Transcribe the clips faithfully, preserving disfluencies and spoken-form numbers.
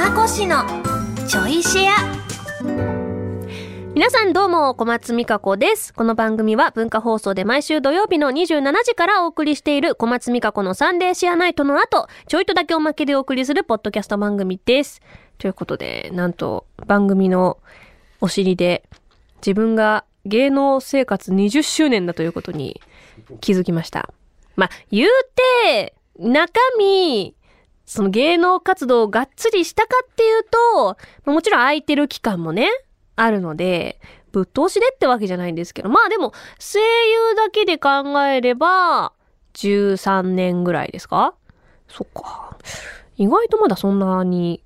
かこしのちょいシェア。皆さんどうも、小松美香子です。この番組は文化放送で毎週土曜日のにじゅうしちじからお送りしている小松美香子のサンデーシェアナイトの後、ちょいとだけおまけでお送りするポッドキャスト番組です。ということで、なんと番組のお尻で自分が芸能生活にじゅっしゅうねんだということに気づきました。まあ、言うて、中身、その芸能活動をがっつりしたかっていうと、もちろん空いてる期間もね、あるので、ぶっ通しでってわけじゃないんですけど、まあでも、声優だけで考えれば、じゅうさんねんぐらいですか？そっか。意外とまだそんなに、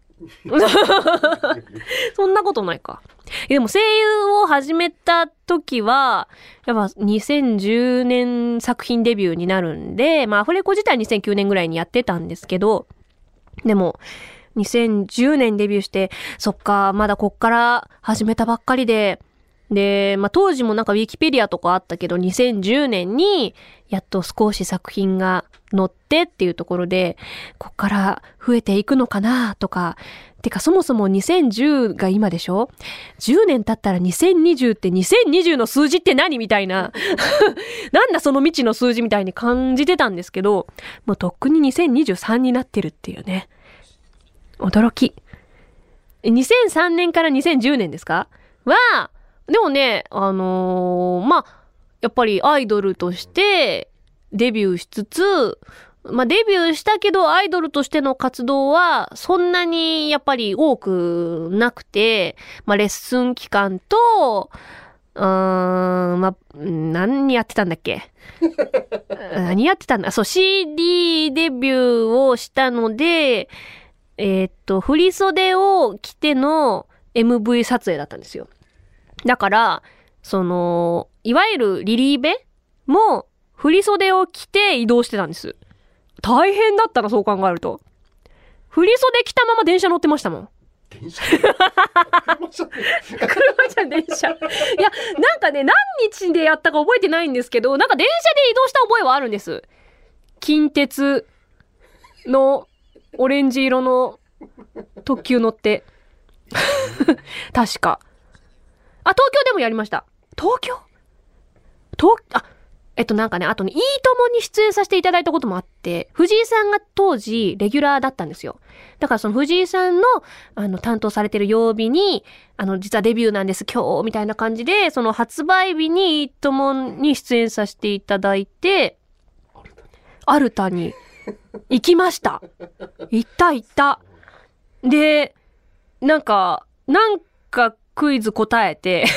そんなことないか。でも声優を始めた時は、やっぱにせんじゅうねん作品デビューになるんで、まあアフレコ自体にせんきゅうねんぐらいにやってたんですけど、でも、にせんじゅうねんデビューして、そっか、まだこっから始めたばっかりで、で、まあ当時もなんかウィキペディアとかあったけど、にせんじゅうねんにやっと少し作品が載ってっていうところで、こっから増えていくのかなとか、てかそもそもにせんじゅうが今でしょ ?じゅう 年経ったらにせんにじゅうってにせんにじゅうの数字って何みたいな。なんだその未知の数字みたいに感じてたんですけど、もうとっくににせんにじゅうさんになってるっていうね。驚き。にせんさんねんからにせんじゅうねんですかは、でもね、あのー、まあ、やっぱりアイドルとしてデビューしつつ、まあデビューしたけどアイドルとしての活動はそんなにやっぱり多くなくて、まあレッスン期間と、うーん、まあ、何やってたんだっけ何やってたんだそう、シーディー デビューをしたので、えー、っと、振り袖を着ての エムブイ 撮影だったんですよ。だから、その、いわゆるリリーベも振り袖を着て移動してたんです。大変だったな、そう考えると。振り袖着たまま電車乗ってましたもん。 電車車じゃん、電車。いや、なんかね、何日でやったか覚えてないんですけど、なんか電車で移動した覚えはあるんです。近鉄のオレンジ色の特急乗って。確か。あ、東京でもやりました。東京東、あ、えっとなんかね、あとね、いいともに出演させていただいたこともあって、藤井さんが当時レギュラーだったんですよ。だからその藤井さんの、あの、担当されてる曜日に、あの、実はデビューなんです、今日、みたいな感じで、その発売日にいいともに出演させていただいて、アルタに行きました。行った行った。で、なんか、なんかクイズ答えて、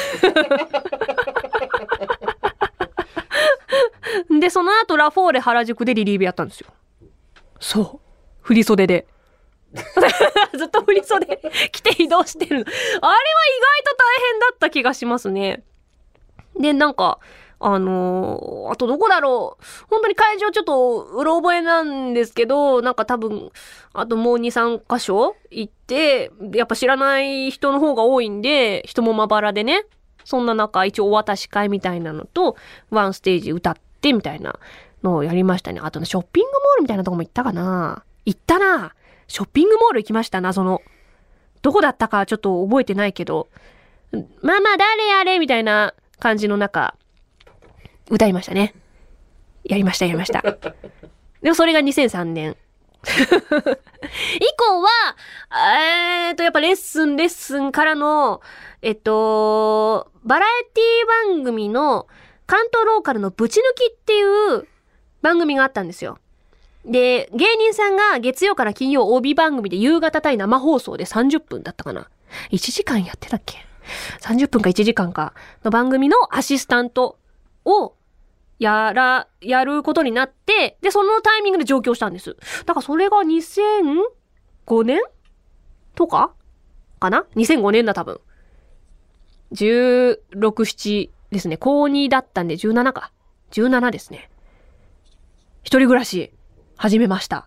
で、その後ラフォーレ原宿でリリーベやったんですよ。そう。振り袖で。ずっと振り袖着て移動してるの。あれは意外と大変だった気がしますね。で、なんか、あのー、あとどこだろう。本当に会場ちょっとうろ覚えなんですけど、なんか多分、あともうに、さん箇所行って、やっぱ知らない人の方が多いんで、人もまばらでね。そんな中、一応お渡し会みたいなのと、ワンステージ歌ってみたいなのをやりましたね。あとね、ショッピングモールみたいなとこも行ったかな。行ったな。ショッピングモール行きましたな、その。どこだったかちょっと覚えてないけど、ママ誰やれみたいな感じの中、歌いましたね。やりました、やりました。でもそれがにせんさんねん。以降は、えーと、やっぱレッスン、レッスンからの、えっと、バラエティ番組の関東ローカルのぶち抜きっていう番組があったんですよ。で、芸人さんが月曜から金曜帯番組で夕方対生放送でさんじゅっぷんだったかな。いちじかんやってたっけ ?さんじゅっぷんかいちじかんかの番組のアシスタントをやら、やることになって、で、そのタイミングで上京したんです。だからそれがにせんごねんとかかな ?にせんご 年だ多分。じゅうろく、ななですね。高にだったんでじゅうななか。じゅうななですね。一人暮らし始めました。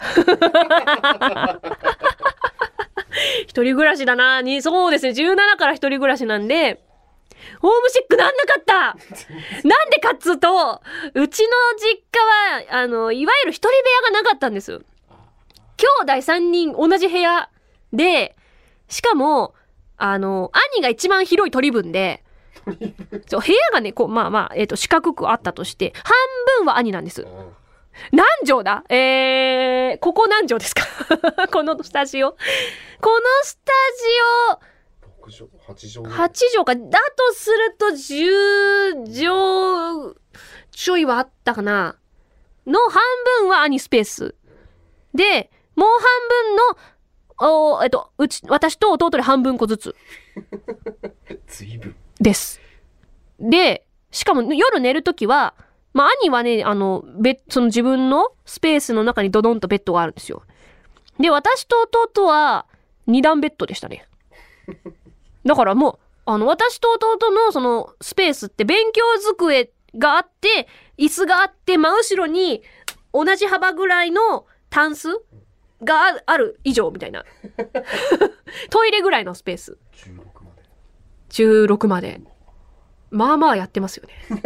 一人暮らしだなに、そうですね。じゅうななから一人暮らしなんで、ホームシックなんなかったなんでかっつうと、うちの実家は、あの、いわゆる一人部屋がなかったんです。兄弟さんにん同じ部屋で、しかも、あの、兄が一番広い取り分で、そう部屋がね、こう、まあまあ、えっと、四角くあったとして、半分は兄なんです。何畳だえー、ここ何畳ですかこのスタジオ。このスタジオ、はち畳。はち畳か。だとするとじゅう畳ちょいはあったかな。の半分は兄スペース。で、もう半分の、おえっと、うち、私と弟で半分個ずつ。 随分。 です。で、しかも夜寝るときは、まあ兄はね、あの、ベその自分のスペースの中にドドンとベッドがあるんですよ。で、私と弟は二段ベッドでしたね。だからもう、あの、私と弟のそのスペースって勉強机があって、椅子があって、真後ろに同じ幅ぐらいのタンスがある、ある以上みたいな。トイレぐらいのスペース。 じゅうろくまで。 じゅうろくまで。まあまあやってますよね。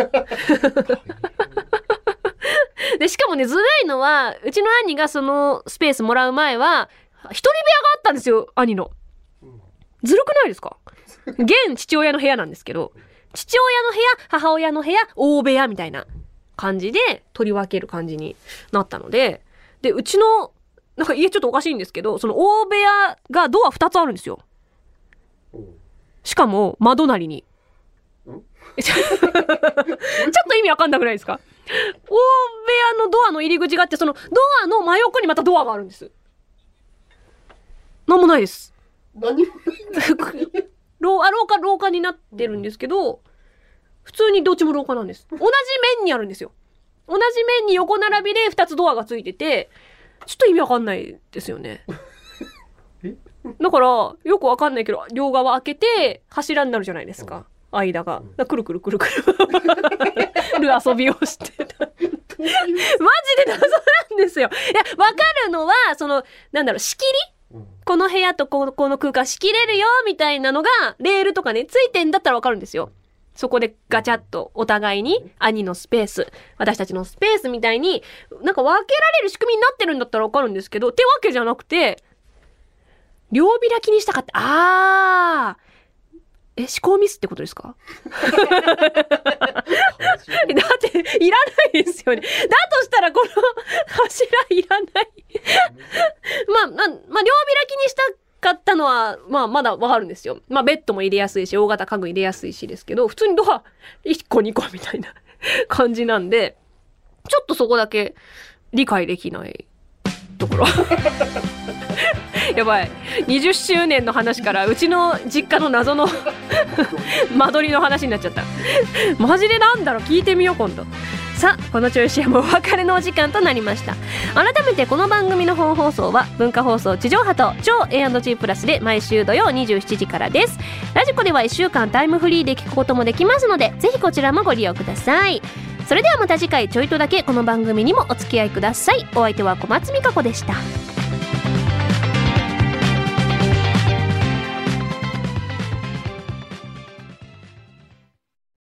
で、しかもね、ずるいのは、うちの兄がそのスペースもらう前は、一人部屋があったんですよ、兄の。ずるくないですか？現父親の部屋なんですけど、父親の部屋、母親の部屋、大部屋みたいな感じで取り分ける感じになったので、で、うちの、なんか家ちょっとおかしいんですけど、その大部屋がドアふたつあるんですよ。しかも、窓なりに。ちょっと意味わかんなくないですか？大部屋のドアの入り口があって、そのドアの真横にまたドアがあるんです。なんもないです。 何もない廊あ廊下廊下になってるんですけど、普通にどっちも廊下なんです。同じ面にあるんですよ。同じ面に横並びでふたつドアがついてて、ちょっと意味わかんないですよね。だからよくわかんないけど、両側開けて柱になるじゃないですか。間が。だくるくるくるくるる遊びをしてた。マジで謎なんですよ。いや、わかるのは、その、なんだろう、仕切り、この部屋とこの、この空間仕切れるよ、みたいなのが、レールとかね、ついてんだったらわかるんですよ。そこでガチャッとお互いに、兄のスペース、私たちのスペースみたいに、なんか分けられる仕組みになってるんだったらわかるんですけど、ってわけじゃなくて、両開きにしたかった。あー。え、思考ミスってことですか？だっていらないですよね。だとしたらこの柱いらない。まあ、まあ、まあ、両開きにしたかったのは、まあ、まだわかるんですよ。まあ、ベッドも入れやすいし、大型家具入れやすいしですけど、普通にドアいっこにこみたいな感じなんで、ちょっとそこだけ理解できないところ。やばい。にじゅっしゅうねんの話からうちの実家の謎の間取りの話になっちゃった。マジでなんだろう、聞いてみよう今度。さあ、この調子はもうお別れのお時間となりました。改めてこの番組の本放送は文化放送地上波と超 エーアンドジー プラスで毎週土曜にじゅうしちじからです。ラジコではいっしゅうかんタイムフリーで聞くこともできますので、ぜひこちらもご利用ください。それではまた次回ちょいとだけこの番組にもお付き合いください。お相手は小松美香子でした。